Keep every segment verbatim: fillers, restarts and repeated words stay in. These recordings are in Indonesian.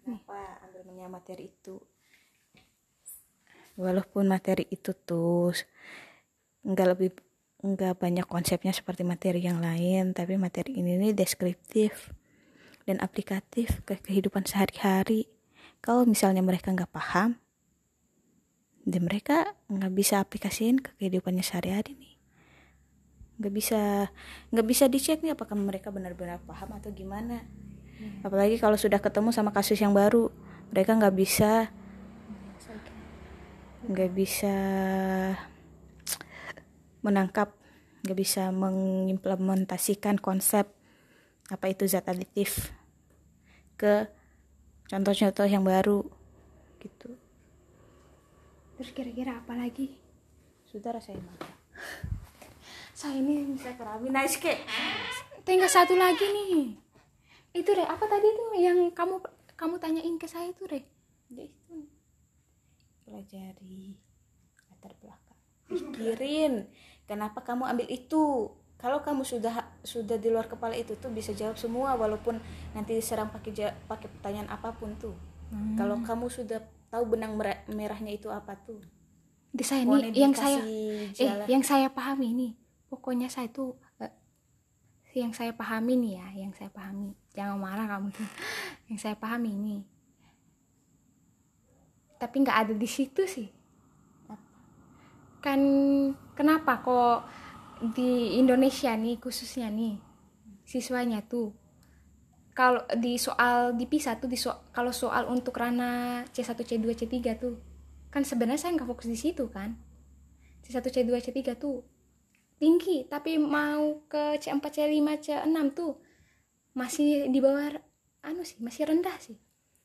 kenapa ambilnya materi itu. Walaupun materi itu tuh nggak lebih nggak banyak konsepnya seperti materi yang lain, tapi materi ini nih deskriptif dan aplikatif ke kehidupan sehari-hari. Kalau misalnya mereka nggak paham, dan mereka nggak bisa aplikasiin ke kehidupannya sehari-hari nih, nggak bisa nggak bisa dicek nih apakah mereka benar-benar paham atau gimana. Hmm. Apalagi kalau sudah ketemu sama kasus yang baru, mereka nggak bisa nggak bisa menangkap, nggak bisa mengimplementasikan konsep apa itu zat aditif ke contoh-contoh yang baru gitu. Terus kira-kira apa lagi? Sudah saya makan. Saya ini bisa kerabi nice cake. Tinggal satu lagi nih. Itu deh, apa tadi tuh yang kamu kamu tanyain ke saya itu deh? Dia itu pelajari latar belakang. Pikirin kenapa kamu ambil itu. Kalau kamu sudah sudah di luar kepala itu tuh bisa jawab semua, walaupun nanti diserang pakai pakai pertanyaan apapun tuh. Hmm. Kalau kamu sudah tahu benang merahnya itu apa tuh. Di saya nih yang saya eh yang saya pahami nih. Pokoknya saya tuh eh, yang saya pahami nih ya, yang saya pahami. Jangan marah kamu tuh. Yang saya pahami nih. Tapi nggak ada di situ sih. Kan kenapa kok di Indonesia nih khususnya nih siswanya tuh kalau di soal dipisah tuh di so, kalau soal untuk ranah C satu C dua C tiga tuh kan sebenarnya saya nggak fokus di situ kan. C satu C dua C tiga tuh tinggi, tapi mau ke C empat C lima C enam tuh masih di bawah anu sih, masih rendah sih.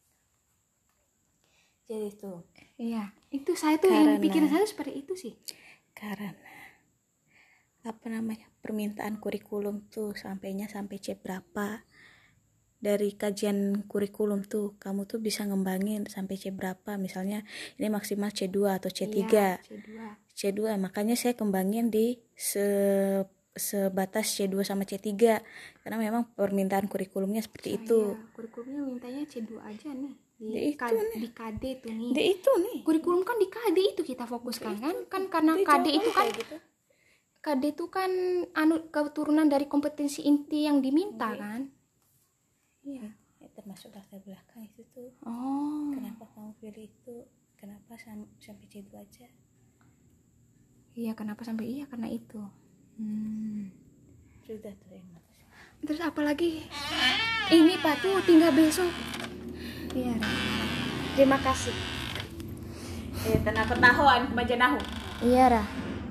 Jadi tuh iya, itu saya tuh karena, yang pikiran saya seperti itu sih. Karena apa namanya permintaan kurikulum tuh sampainya sampai C berapa. Dari kajian kurikulum tuh kamu tuh bisa ngembangin sampai C berapa, misalnya ini maksimal C dua atau C tiga. Iya, C dua. C dua, makanya saya kembangin di se sebatas C dua sama C tiga karena memang permintaan kurikulumnya seperti saya, itu. Kurikulumnya mintanya C dua aja nih. Di, di K, itu nih. Di K D tuh nih. Di itu nih. Kurikulum kan di K D itu kita fokuskan kan? Kan karena K D itu kan gitu. K D itu kan anu keturunan dari kompetensi inti yang diminta okay. Kan? Iya, termasuk latar belakang itu tuh. Oh. Kenapa kamu pilih itu? Kenapa sam- sampai C dua aja? Iya, kenapa sampai iya karena itu. Hmm. Sudah tuh emang. Terus apa lagi? Ini Pak tuh tinggal besok. Iya. Terima kasih. Eh, tenang petahuan majanahu. Iya, Ra.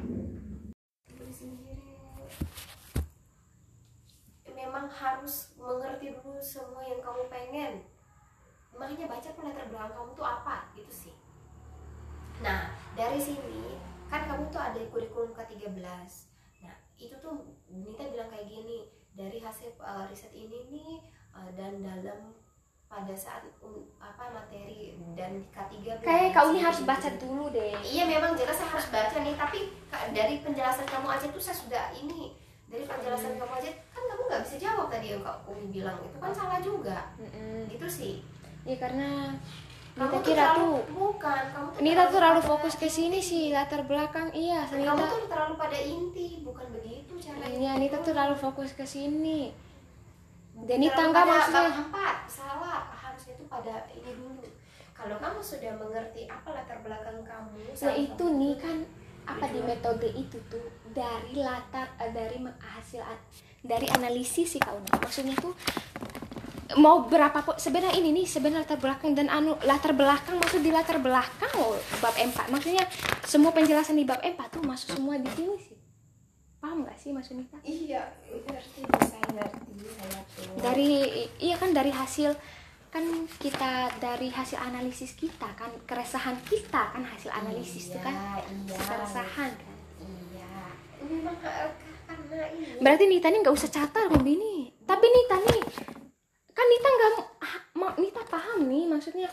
Memang harus mengerti dulu semua yang kamu pengen. Makanya baca pun latar belakang kamu tuh apa gitu sih. Nah, dari sini kan kamu tuh ada kurikulum K tiga belas. Nah, itu tuh Nita bilang kayak gini, dari hasil uh, riset ini nih uh, dan dalam pada saat um, apa materi dan K tiga belas. Kayak kau ini harus baca dulu deh. Iya, memang jelas saya harus baca nih, tapi dari penjelasan kamu aja tuh saya sudah ini dari penjelasan hmm. kamu aja kan kamu nggak bisa jawab tadi yang kak Umi bilang itu kan salah juga. Hmm. Gitu sih. Iya, karena kamu Nita tuh kira terlalu, tuh bukan kamu tuh Nita tuh terlalu fokus ke sini sih latar belakang. Iya, Nita kamu tuh terlalu pada inti, bukan begitu caranya. Iya, Nita tuh terlalu fokus ke sini. Dan Nita nggak maksudnya empat salah, harusnya tuh pada ini dulu. Kalau kamu sudah mengerti apa latar belakang kamu, nah itu nih kan apa di metode itu tuh dari latar dari hasil dari analisis sih kau nih. Maksudnya tuh mau berapa sebenarnya ini nih sebenarnya latar belakang dan anu latar belakang maksud di latar belakang oh, bab empat maksudnya semua penjelasan di bab empat tuh masuk semua di sini sih. Paham nggak sih maksudnya? Iya, ngerti, saya ngerti saya tuh. Dari iya kan dari hasil kan kita dari hasil analisis kita kan keresahan kita kan hasil analisis itu iya, kan iya, keresahan kan. Iya. Memang karena ini. Berarti Nita nih nggak usah catat Robi nih. Tapi Nita nih kan Nita nggak mau Nita paham nih maksudnya.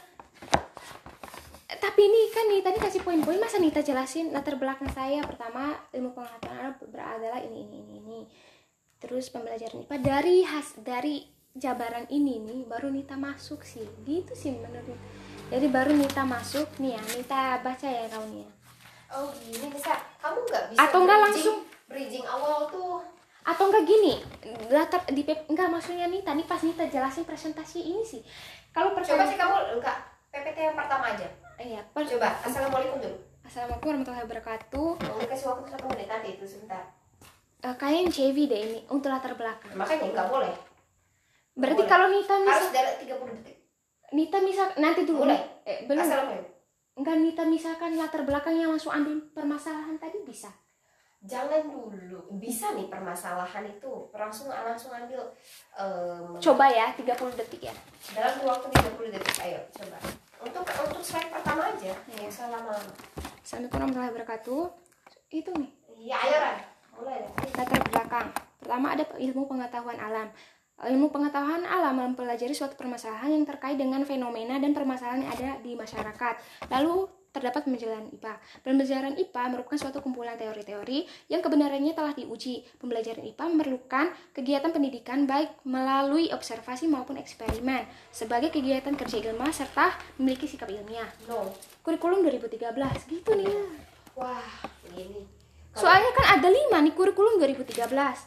Tapi ini kan Nita nih kasih poin-poin masa Nita jelasin latar belakang saya pertama ilmu pengetahuan adalah ini ini ini ini. Terus pembelajaran I P A dari has dari jabaran ini nih baru Nita masuk sih, gitu sih menurut. Jadi baru Nita masuk nih ya, Nita baca ya kau nih ya. Oh gini bisa, kamu nggak bisa Atau nggak bridging- langsung bridging awal tuh. Atau enggak gini, latar di P- enggak maksudnya Nita nih pas Nita jelasin presentasi ini sih. Kalau Coba pertama sih kamu enggak P P T yang pertama aja. iya, per- Coba, assalamualaikum dulu. Assalamualaikum warahmatullahi wabarakatuh. Mau kasih waktu satu menit nanti itu sebentar. Eh, kayaknya C V deh ini untuk latar belakang. Makanya nggak boleh. Berarti boleh. kalau Nita Harus misal dalam tiga puluh detik. Nita misal nanti dulu Mulai. eh, belum. Assalamualaikum. Enggak, Nita misalkan latar belakangnya langsung ambil permasalahan tadi bisa. Jangan dulu. Bisa nih permasalahan itu. Langsung langsung ambil um, Coba ya tiga puluh detik ya. dalam waktu tiga puluh detik. Ayo coba. Untuk untuk slide pertama aja. Iya. Yang selama-lama. Assalamualaikum warahmatullahi wabarakatuh. Itu nih, Iya, ayo Ran. Mulai deh. latar belakang. Pertama ada ilmu pengetahuan alam. Ilmu pengetahuan alam mempelajari suatu permasalahan yang terkait dengan fenomena dan permasalahan yang ada di masyarakat. Lalu terdapat pembelajaran I P A. Pembelajaran I P A merupakan suatu kumpulan teori-teori yang kebenarannya telah diuji. Pembelajaran I P A memerlukan kegiatan pendidikan baik melalui observasi maupun eksperimen sebagai kegiatan kerja ilmiah serta memiliki sikap ilmiah. No. Kurikulum dua ribu tiga belas gitu nih ya. Wah, ini. Kalau- Soalnya kan ada lima nih kurikulum dua ribu tiga belas.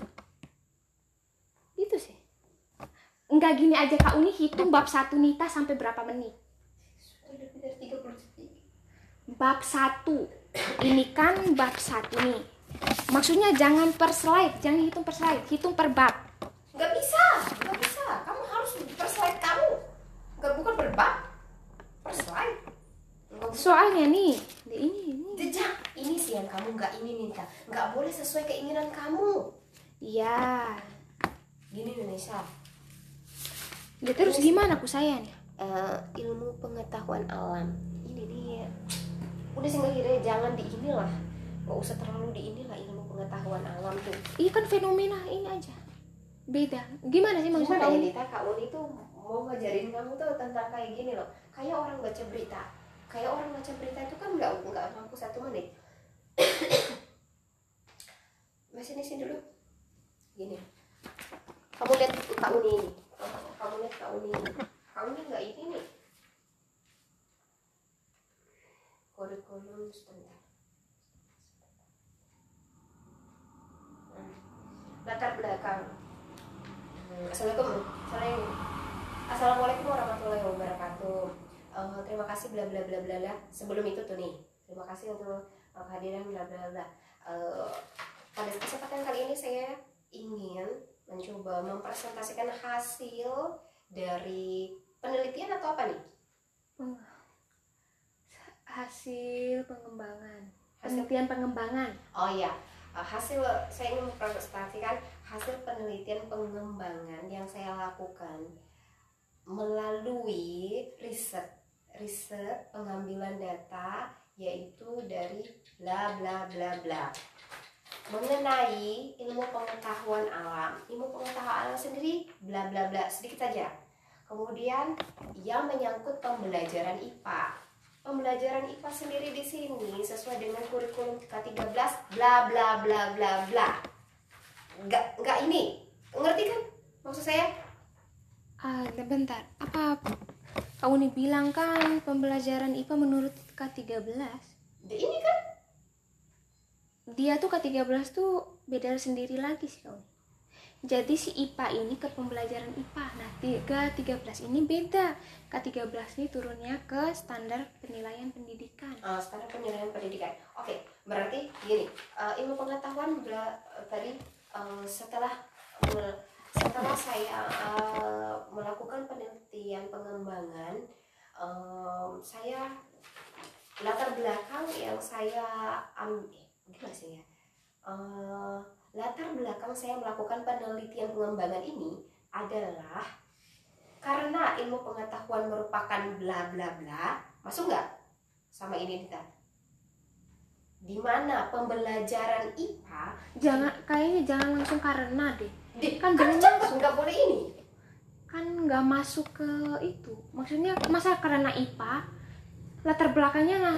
Gitu sih. Enggak gini aja Kak Uni hitung bab satu Nita sampai berapa menit. Sudah lebih dari tiga puluh detik. Bab satu. Ini kan bab satu nih. Maksudnya jangan per slide, jangan hitung per slide, hitung per bab. Nggak bisa, nggak bisa. Kamu harus per slide kamu. Nggak, bukan per bab. Per slide. Nggak bisa. Soalnya nih, di ini ini. Jejak. Ini sih yang kamu nggak ini minta. Nggak boleh sesuai keinginan kamu. Iya. Gini Indonesia. Ya, terus gimana aku saya nih? Eh, ilmu pengetahuan alam. Ini dia. Udah sih nggak kira jangan di inilah. Nggak usah terlalu di inilah ilmu pengetahuan alam tuh. Iya kan fenomena ini aja. Beda. Gimana sih maksudnya? Gimana ya kamu? Dita, Kak Uni tuh mau ngajarin kamu tuh tentang kayak gini loh. Kayak orang baca berita. Kayak orang baca berita itu kan nggak nggak mampu satu menit. Masih di sini dulu. Gini. Kamu lihat Kak Uni ini. Kamu lihat Kak Uni ini. Kak Uni nggak ini nih. Kurikulum sebentar. Hmm. Latar belakang. Hmm. Assalamualaikum. Assalamualaikum. Assalamualaikum warahmatullahi wabarakatuh. Uh, terima kasih bla bla bla bla bla. Sebelum itu tuh nih, terima kasih untuk uh, kehadiran bla bla bla. Uh, pada kesempatan kali ini saya ingin mencoba mempresentasikan hasil dari penelitian atau apa nih? Hasil pengembangan. Hasil- Penelitian pengembangan. Oh iya, uh, hasil saya ingin mempresentasikan hasil penelitian pengembangan yang saya lakukan melalui riset riset pengambilan data yaitu dari bla bla bla bla mengenai ilmu pengetahuan alam. Ilmu pengetahuan alam sendiri bla bla bla sedikit saja. Kemudian yang menyangkut pembelajaran I P A. Pembelajaran I P A sendiri di sini sesuai dengan kurikulum K tiga belas bla bla bla bla bla. Enggak enggak ini. Ngerti kan maksud saya? Ah, bentar. Apa kamu nih bilang kan pembelajaran I P A menurut K tiga belas? Ini kan Dia tuh K tiga belas tuh beda sendiri lagi sih kamu. Jadi si I P A ini ke pembelajaran I P A. Nah, K tiga belas ini beda. K tiga belas ini turunnya ke standar penilaian pendidikan. uh, standar penilaian pendidikan. Oke, berarti gini, uh, ilmu pengetahuan bela- uh, tadi uh, setelah uh, setelah saya uh, melakukan penelitian pengembangan, um, saya latar belakang yang saya ambil, gimana sih ya? Uh, latar belakang saya melakukan penelitian pengembangan ini adalah karena ilmu pengetahuan merupakan bla bla bla, masuk nggak sama ini Dita? Dimana pembelajaran I P A Jangan kayaknya jangan langsung karena deh. di, Kan kan jangan cepet nggak boleh ini. Kan nggak masuk ke itu. Maksudnya masa karena I P A latar belakangnya nah,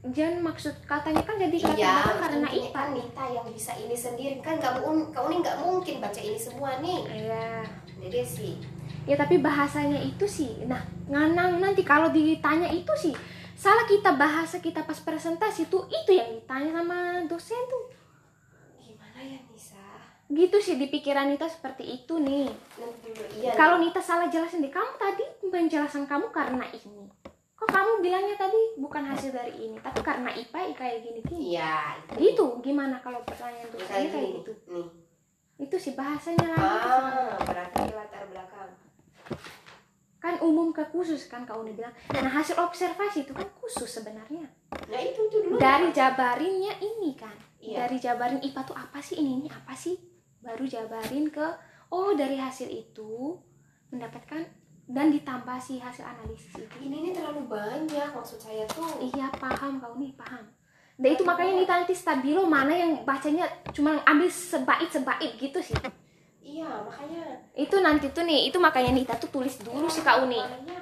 Jangan maksud katanya kan jadi latar Iya, belakang karena intinya I P A kan Nita yang bisa ini sendiri kan, kamu kamu nih nggak mungkin baca ini semua nih. Iya. Jadi sih Ya tapi bahasanya itu sih, nah nganang nanti kalau ditanya itu sih salah kita bahasa kita pas presentasi tuh itu yang ditanya sama dosen tuh. gimana ya Nisa? Gitu sih di pikiran Nita seperti itu nih. Nanti dulu, iya. Kalau Nita salah jelasin deh, kamu tadi penjelasan kamu karena ini. Kok kamu bilangnya tadi bukan hasil dari ini, tapi karena I P A kayak gini-gini. Iya. Gitu, gimana kalau pertanyaan Kayak dosennya kayak gini gitu? nih. Itu sih bahasanya lagi. Ah, berarti latar belakang. Kan umum ke khusus kan kau udah bilang. Nah hasil observasi itu kan khusus sebenarnya. Nah itu itu dulu. Dari jabarinnya ini kan. Iya. Dari jabarin I P A tuh apa sih, ini ini apa sih? Baru jabarin ke oh dari hasil itu mendapatkan dan ditambah si hasil analisis itu. Ini nih terlalu banyak maksud saya tuh. Iya paham kau nih paham. Dan itu makanya Nita nanti stabilo mana yang bacanya cuma ambil sebait sebait gitu sih. Iya makanya. Itu nanti tuh nih itu makanya Nita tuh tulis dulu sih kau nih. Banyak.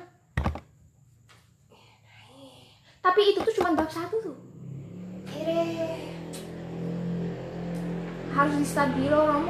Tapi itu tuh cuma bab satu tuh. Ire. Harus di stabilo kamu.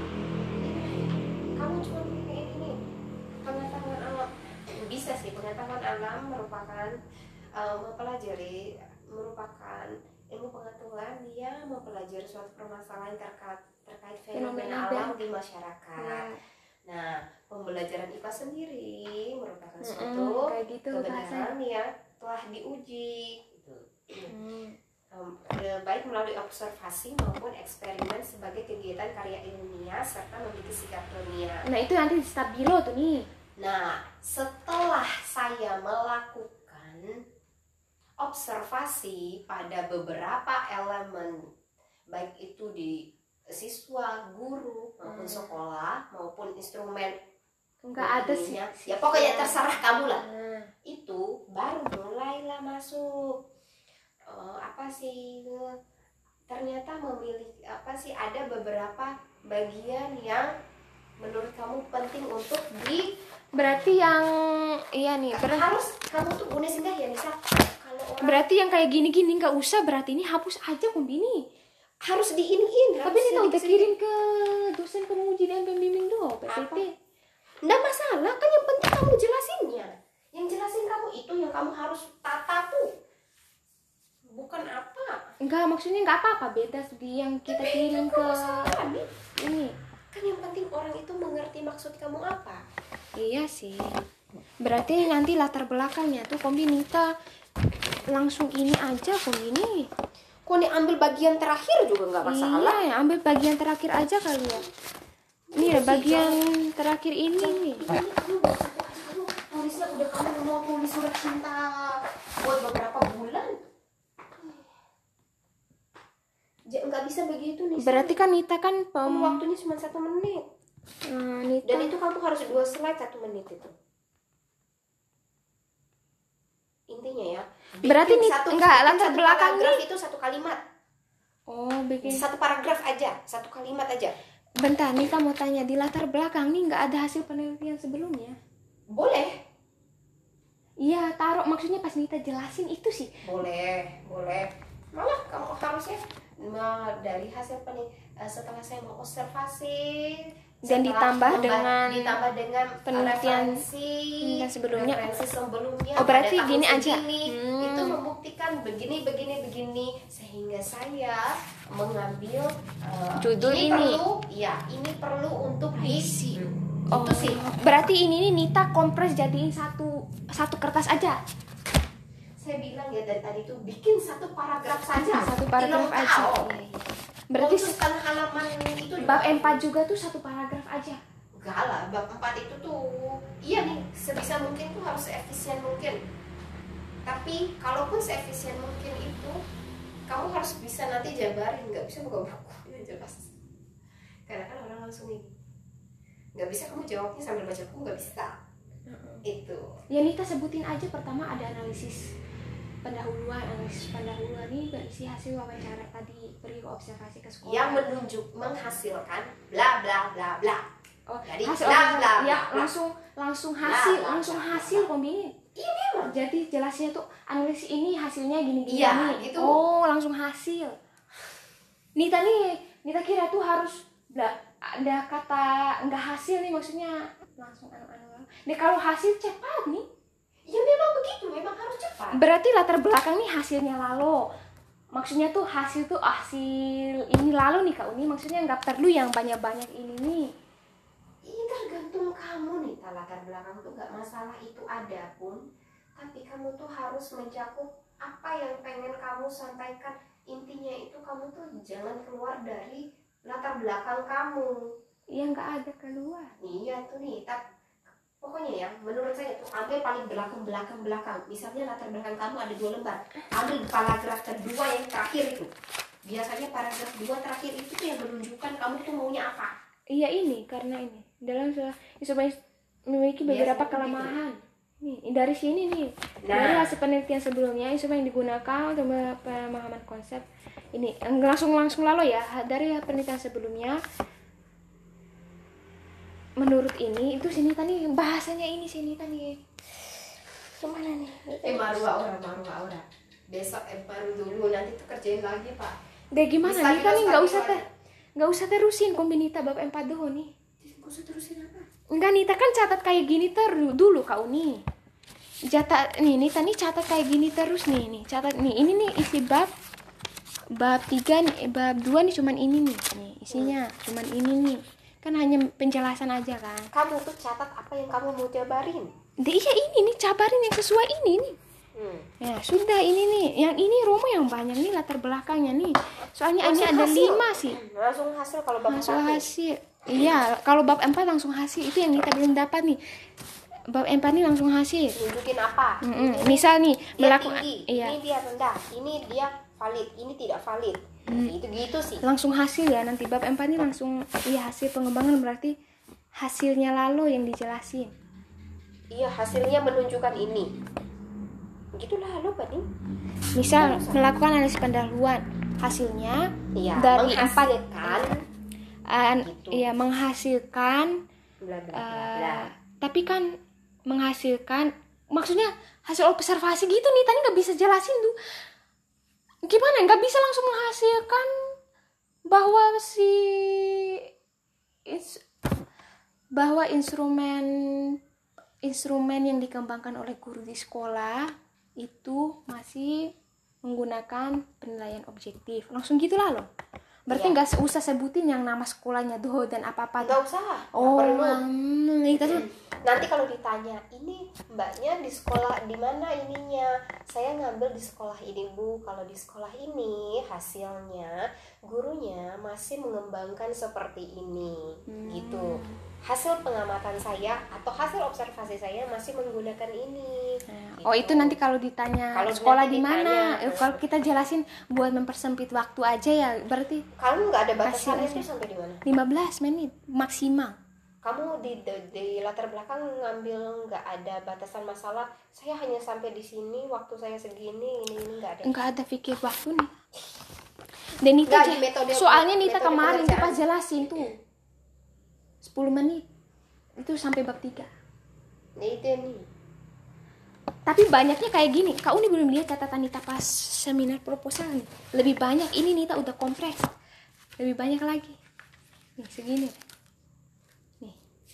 Kamu cuma kayak ini nih. Pengetahuan alam bisa sih, pengetahuan alam merupakan uh, mempelajari merupakan ilmu pengetahuan yang mempelajari suatu permasalahan terkait terkait fenomena Fenomena alam di masyarakat. Ya. Nah, pembelajaran I P A sendiri merupakan Mm-mm, suatu kayak gitu kebenaran yang telah diuji. Gitu. Hmm. Um, baik melalui observasi maupun eksperimen sebagai kegiatan karya ilmiah serta memiliki sikap ilmiah. Nah itu nanti di stabilo tuh nih. Nah, setelah saya melakukan observasi pada beberapa elemen, baik itu di siswa, guru, maupun Hmm. sekolah, maupun instrumen, Enggak ada sih. ininya, ya pokoknya terserah kamu lah. Nah, Itu baru mulailah masuk uh, apa sih ternyata memiliki apa sih ada beberapa bagian yang menurut kamu penting untuk di berarti yang iya nih ber- harus kamu tuh guna singgah ya Nisa. Kalau orang berarti yang kayak gini-gini nggak usah, berarti ini hapus aja kombini. harus diiniin, Tapi ini udah kirim ke dosen penguji dan pembimbing doang P P T. nggak masalah kan, yang penting kamu jelasinnya, yang jelasin kamu itu yang kamu harus tata tuh, bukan apa Enggak, maksudnya nggak apa-apa, beda di yang kita kirim ke ini. kan, yang penting orang itu mengerti maksud kamu apa. Iya sih. Berarti nanti latar belakangnya tuh kombi Nita langsung ini aja kombini. Kok nih ambil bagian terakhir juga nggak masalah. Iya, ambil bagian terakhir aja kali ya. Ini ada bagian terakhir ini nih. Ini kamu udah kamu tulisnya udah kamu mau tulis surat cinta buat beberapa bulan. Ja, nggak bisa begitu nih. Berarti kan Nita kan kamu pem... waktunya cuma satu menit. Nah, Nita. Dan itu kamu harus dua slide satu menit itu. Intinya ya. bikin Berarti nih enggak bikin latar satu belakang paragraf nih. itu satu kalimat. Oh, bikin. Satu paragraf aja, satu kalimat aja. Bentar, Nita mau tanya di latar belakang nih nggak ada hasil penelitian sebelumnya? Boleh. Iya, taruh maksudnya pas Nita jelasin itu sih. Boleh, boleh. Malah kamu harusnya nah, dari hasil pening setelah saya mau observasi Dan setelah ditambah memba- dengan ditambah dengan penelitian referensi yang sebelumnya. referensi sebelumnya Oh, berarti pada tahun gini aja. segini, Hmm. itu membuktikan begini begini begini sehingga saya mengambil uh, Judul ini. perlu ya ini perlu untuk diisi. Oh, Itu sih. berarti ini nih Nita kompres jadiin satu satu kertas aja. Saya bilang ya dari tadi tuh bikin satu paragraf saja. Satu paragraf Tidak aja. tahu. Iya, iya. Berarti Untuk setengah halaman itu bab juga. empat juga tuh satu paragraf aja. Enggak lah, bab empat itu tuh iya nih, sebisa mungkin tuh harus seefisien mungkin. Tapi kalaupun seefisien mungkin itu kamu harus bisa nanti jabarin, nggak bisa buka buku ya jelas. Karena kan orang langsung ini nggak bisa kamu jawabnya sambil baca buku, nggak bisa. Itu Ya Nita sebutin aja pertama ada analisis pendahuluan, analisis pendahuluan ini berisi hasil wawancara tadi beri observasi ke sekolah. yang menunjuk menghasilkan bla bla bla bla. Oh, Jadi hasil bla, observasi. bla, bla, ya bla. langsung langsung hasil, Bla, bla, langsung bla, hasil bla. kombini. Iya Jadi jelasnya tuh analisis ini hasilnya gini-gini. Iya, nih. gitu. Oh, langsung hasil. Nita nih, Nita kira tuh harus da- ada kata enggak hasil nih, maksudnya langsung anu-anu. Nih kalau hasil cepat nih. Ya memang begitu, memang harus cepat. Berarti latar belakang nih hasilnya lalu. Maksudnya tuh hasil tuh hasil ini lalu nih Kak Uni, maksudnya nggak perlu yang banyak-banyak ini nih. Ini tergantung kamu nih, latar belakang tuh nggak masalah itu ada pun, tapi kamu tuh harus mencakup apa yang pengen kamu sampaikan. Intinya itu kamu tuh jangan keluar dari latar belakang kamu. Iya nggak ada keluar. Iya tuh nih, tapi pokoknya ya, menurut saya tuh ambil paling belakang belakang belakang. Misalnya latar belakang kamu ada dua lembar, ambil paragraf kedua yang terakhir itu. Biasanya paragraf dua terakhir itu tuh yang menunjukkan kamu tuh maunya apa. Iya ini karena ini dalam instrumen memiliki beberapa Biasanya kelemahan. Nih dari sini nih Nah. dari hasil penelitian sebelumnya instrumen yang digunakan untuk pemahaman konsep ini langsung langsung lalu ya dari penelitian sebelumnya. Menurut ini itu sini tadi bahasanya ini sini tadi kemana nih? Eh baru aura, baru aura. Besok eh baru dulu, nanti tuh kerjain lagi pak. Deh gimana Bisa nih kan nih kita nggak start usah lagi. teh nggak usah terusin kombinita bab empat dulu nih. Gak usah terusin apa? Enggak Nita kan catat kayak gini terus dulu Kak Uni. Jata nih Nita nih catat kayak gini terus nih nih catat nih ini nih isi bab bab tiga nih bab dua nih cuman ini nih nih isinya cuman ini nih kan hanya penjelasan aja kan. Kamu tuh catat apa yang kamu mau jabarin. Deh iya ini nih cabarin yang sesuai ini nih. Hmm. Ya sudah ini nih yang ini Romo yang banyak nih latar belakangnya nih soalnya ini Langsung ada hasil. lima sih. Langsung hasil kalau bab Langsung empat nih. hasil. Iya, kalau bab empat langsung hasil itu yang kita belum dapat nih. Bab empat nih langsung hasil. Nunjukin apa? Mm-mm. Ini Misal nih dia melakukan tinggi, iya, ini dia rendah, ini dia valid, ini tidak valid. Itu gitu sih. langsung hasil ya nanti bab empat nih langsung iya hasil pengembangan berarti hasilnya lalu yang dijelasin. Iya, hasilnya menunjukkan ini. Gitulah lo Pak nih. Misal melakukan analisis pendahuluan, hasilnya Iya, dari empat menghasilkan an- gitu. iya menghasilkan bla bla bla eh, bla. tapi kan menghasilkan maksudnya hasil observasi gitu nih tadi nggak bisa jelasin tuh gimana nggak bisa langsung menghasilkan bahwa si ins- bahwa instrumen instrumen yang dikembangkan oleh guru di sekolah itu masih menggunakan penilaian objektif langsung gitulah loh berarti Iya. nggak usah sebutin yang nama sekolahnya tuh dan apa-apa Nggak usah, nggak oh perlu. hmm, itu tuh Nanti kalau ditanya, ini mbaknya di sekolah di mana ininya? Saya ngambil di sekolah ini bu. Kalau di sekolah ini hasilnya gurunya masih mengembangkan seperti ini, Hmm. gitu. Hasil pengamatan saya atau hasil observasi saya masih menggunakan ini. oh gitu. itu nanti kalau ditanya Kalau sekolah nanti di mana ditanya, eh, kalau kita jelasin buat mempersempit waktu aja ya berarti Kamu nggak ada batasannya Hasil itu sampai di mana? lima belas menit maksimal. Kamu di, di di latar belakang ngambil nggak ada batasan masalah. Saya hanya sampai di sini, waktu saya segini, ini ini nggak ada. Enggak ada pikir waktu nih. Dan Nita Nggak, je- di metode- soalnya Nita metode kemarin tuh pengerjaan. pas jelasin tuh sepuluh menit itu sampai bab tiga. Nah, itu nih. Tapi banyaknya kayak gini. Kak Uni belum lihat catatan Nita pas seminar proposal nih. Lebih banyak ini Nita udah kompres. Lebih banyak lagi. Nih segini. Nih.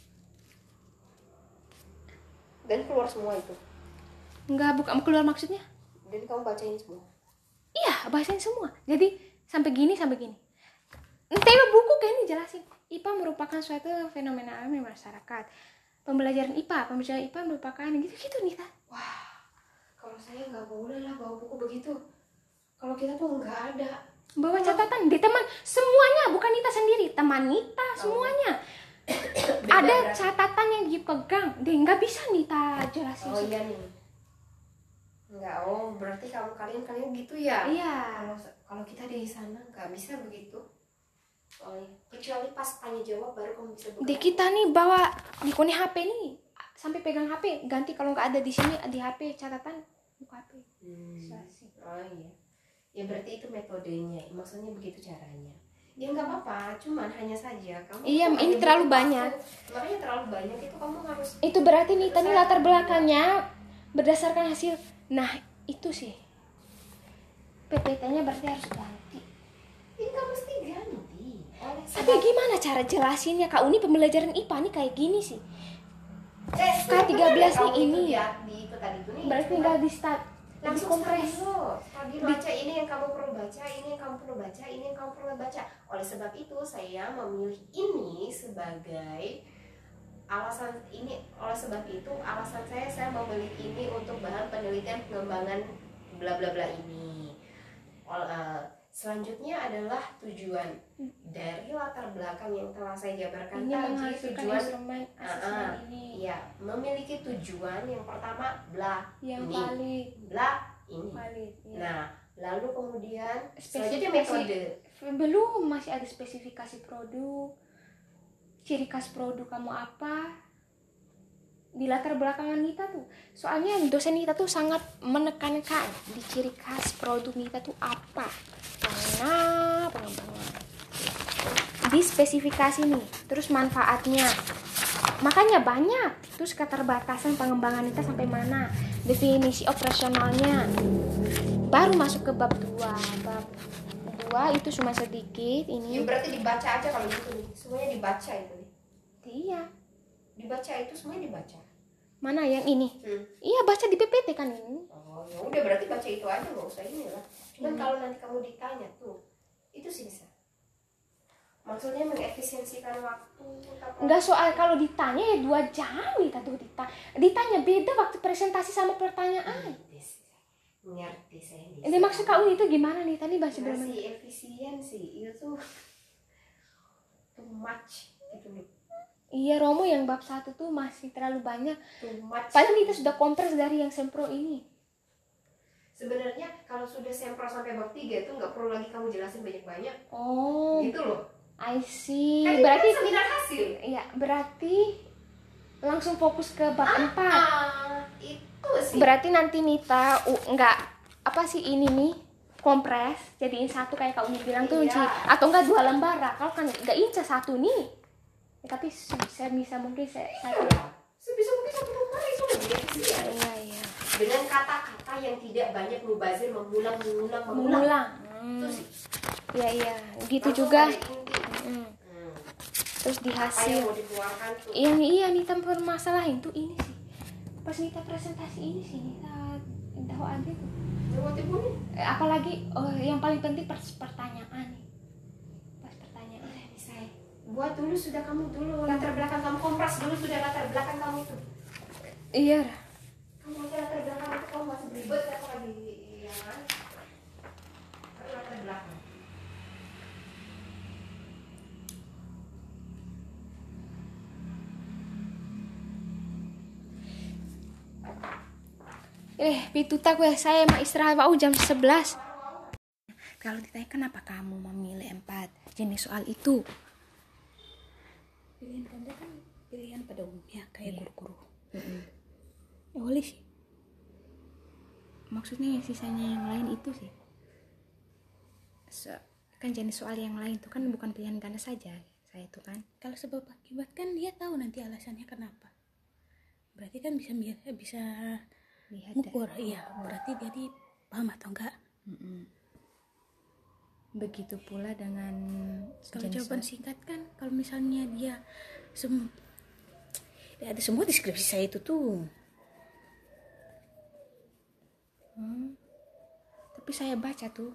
Dan keluar semua itu. Enggak buka keluar maksudnya. Dan kamu bacain semua. Iya, bahasain semua. Jadi sampai gini sampai gini. Tema buku kayak ini jelasin. I P A merupakan suatu fenomena alam yang masyarakat. Pembelajaran I P A, pembelajaran I P A merupakan gitu-gitu nih, Ta. Wah, kalau saya nggak boleh lah bawa buku begitu. Kalau kita tuh nggak ada. Bawa catatan di teman semuanya, bukan Nita sendiri, teman Nita semuanya. Ada berarti. catatan yang dipegang. Deh, nggak bisa Nita jelasin. Oh iya nih. Enggak, oh berarti kamu kalian kalian gitu ya? Iya. Kalau kalau kita di sana nggak bisa begitu. Oh, iya. Kecuali pas tanya jawab baru kamu bisa Di begitu. kita nih bawa di kone H P nih. Sampai pegang H P, ganti kalau nggak ada di sini di H P catatan buka H P. Hmm. Jelasin. Oh iya. Ya berarti itu metodenya, maksudnya begitu caranya. Ya nggak apa-apa, cuman hanya saja kamu. Iya, tuh ini hanya terlalu butuh banyak. waktu. Makanya terlalu banyak itu kamu harus. Itu berarti Nita nih latar belakangnya berdasarkan hasil. Nah itu sih P P T-nya berarti harus ganti. Ini kan mesti ganti. Oleh Tapi gimana cara jelasinnya Kak Uni, pembelajaran I P A nih kayak gini sih. eh, K tiga belas nih kamu itu ini. Di, di itu tadi tuh nih. Berarti tinggal di start, di langsung kompres. Tadi baca ini yang kamu perlu baca, ini yang kamu perlu baca, ini yang kamu perlu baca. Oleh sebab itu saya memilih ini sebagai alasan ini. Oleh sebab itu alasan saya saya memilih ini untuk bahan penelitian pengembangan bla bla bla ini. Ol, uh, selanjutnya adalah tujuan dari latar belakang yang telah saya jabarkan Ini tadi. menghasilkan Tujuan instrumen asesmen uh, uh, ini ya memiliki tujuan yang pertama bla yang ini valid, bla ini. valid. Ya. Nah, lalu kemudian Spesifikasi. selanjutnya metode. Belum, masih ada spesifikasi produk, ciri khas produk kamu apa, di latar belakangan Nita tuh. Soalnya dosen Nita tuh sangat menekankan di ciri khas produk Nita tuh apa, karena pengembangan di spesifikasi nih, terus manfaatnya, makanya banyak. Terus keterbatasan pengembangan Nita sampai mana, definisi operasionalnya, baru masuk ke bab dua. Bab dua itu cuma sedikit ini. Ya berarti dibaca aja kalau gitu nih. Semuanya dibaca itu nih. Iya. Dibaca itu semuanya dibaca. Mana yang ini? Hmm. Iya, baca di P P T kan ini. Oh, ya udah berarti baca itu aja, nggak usah ini lah. Cuman Hmm. kalau nanti kamu ditanya tuh, itu sih bisa. Maksudnya mengefisiensikan waktu. Atau Enggak, soal kalau ditanya ya dua jam Nita tuh ditanya. Ditanya beda waktu presentasi sama pertanyaan. Ngerti sih. Ngerti saya. Ini maksud kau itu gimana nih? Tadi masih belum. Masih efisiensi itu tuh too much gitu nih. Iya, Romo yang bab satu tuh masih terlalu banyak. Too much. Padahal kita sudah kompres dari yang sempro ini. Sebenarnya kalau sudah sempro sampai bab tiga itu nggak perlu lagi kamu jelasin banyak-banyak. Oh, Gitu loh. I see. Kan Berarti itu seminar hasil. iya, berarti langsung fokus ke bab empat. Ah, itu sih. Berarti nanti Nita uh, enggak apa sih ini nih kompres jadiin satu kayak kau bilang tuh Iya. Ci. Atau enggak dua lembar. Kalau kan enggak inca satu nih. Ya, tapi saya bisa mungkin saya satu. Sebisa mungkin satu lembar itu lebih efisien. Iya, iya. Dengan kata-kata yang tidak banyak mubazir, mengulang, mengulang, mengulang. Mengulang. Itu Hmm. sih. Iya, iya. Gitu Langsung juga. pada inti. Hmm. Hmm. Terus di Apa yang hasil mau dikeluarkan tuh? yang iya Nita permasalahin tuh ini sih. Pas Nita presentasi ini sih Nita tahu aja tuh. Jawab ibu nih. Eh, apalagi oh, yang paling penting pers- pertanyaan nih. Pas pertanyaan. Saya buat dulu sudah kamu dulu latar belakang kamu kompres dulu sudah latar belakang kamu itu. Iya. Kamu aja latar belakang itu kamu masih beribet apa lagi yang lain? Latar belakang. Eh, pituta gue saya mah istirahat mau jam sebelas. Kalau ditanya kenapa kamu memilih empat jenis soal itu? Pilihan ganda kan pilihan pada umumnya kayak Iya. guru-guru. Mm-mm. Ya boleh sih. Maksudnya yang sisanya yang lain itu sih. So, kan jenis soal yang lain itu kan bukan pilihan ganda saja. Saya itu kan. Kalau sebab akibat kan dia tahu nanti alasannya kenapa. Berarti kan bisa bisa Lihat ngukur, iya. Berarti dia di paham atau enggak? Mm-mm. Begitu pula dengan Kalau jenis jawaban soal. singkat kan, kalau misalnya dia sem ya ada semua deskripsi saya itu tuh. Hmm. Tapi saya baca tuh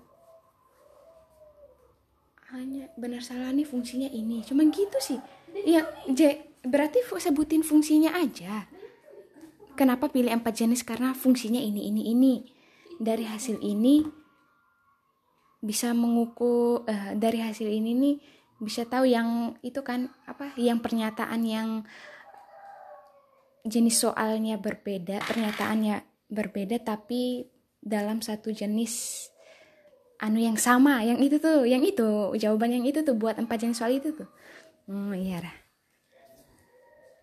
hanya benar salah nih fungsinya ini, cuman gitu sih. Iya, J, berarti fu- sebutin fungsinya aja. Kenapa pilih empat jenis? Karena fungsinya ini, ini, ini. Dari hasil ini bisa mengukur, eh, dari hasil ini nih bisa tahu yang itu kan apa? Yang pernyataan yang jenis soalnya berbeda, pernyataannya berbeda tapi dalam satu jenis anu yang sama, yang itu tuh, yang itu jawaban yang itu tuh buat empat jenis soal itu tuh. Hmm, iya lah.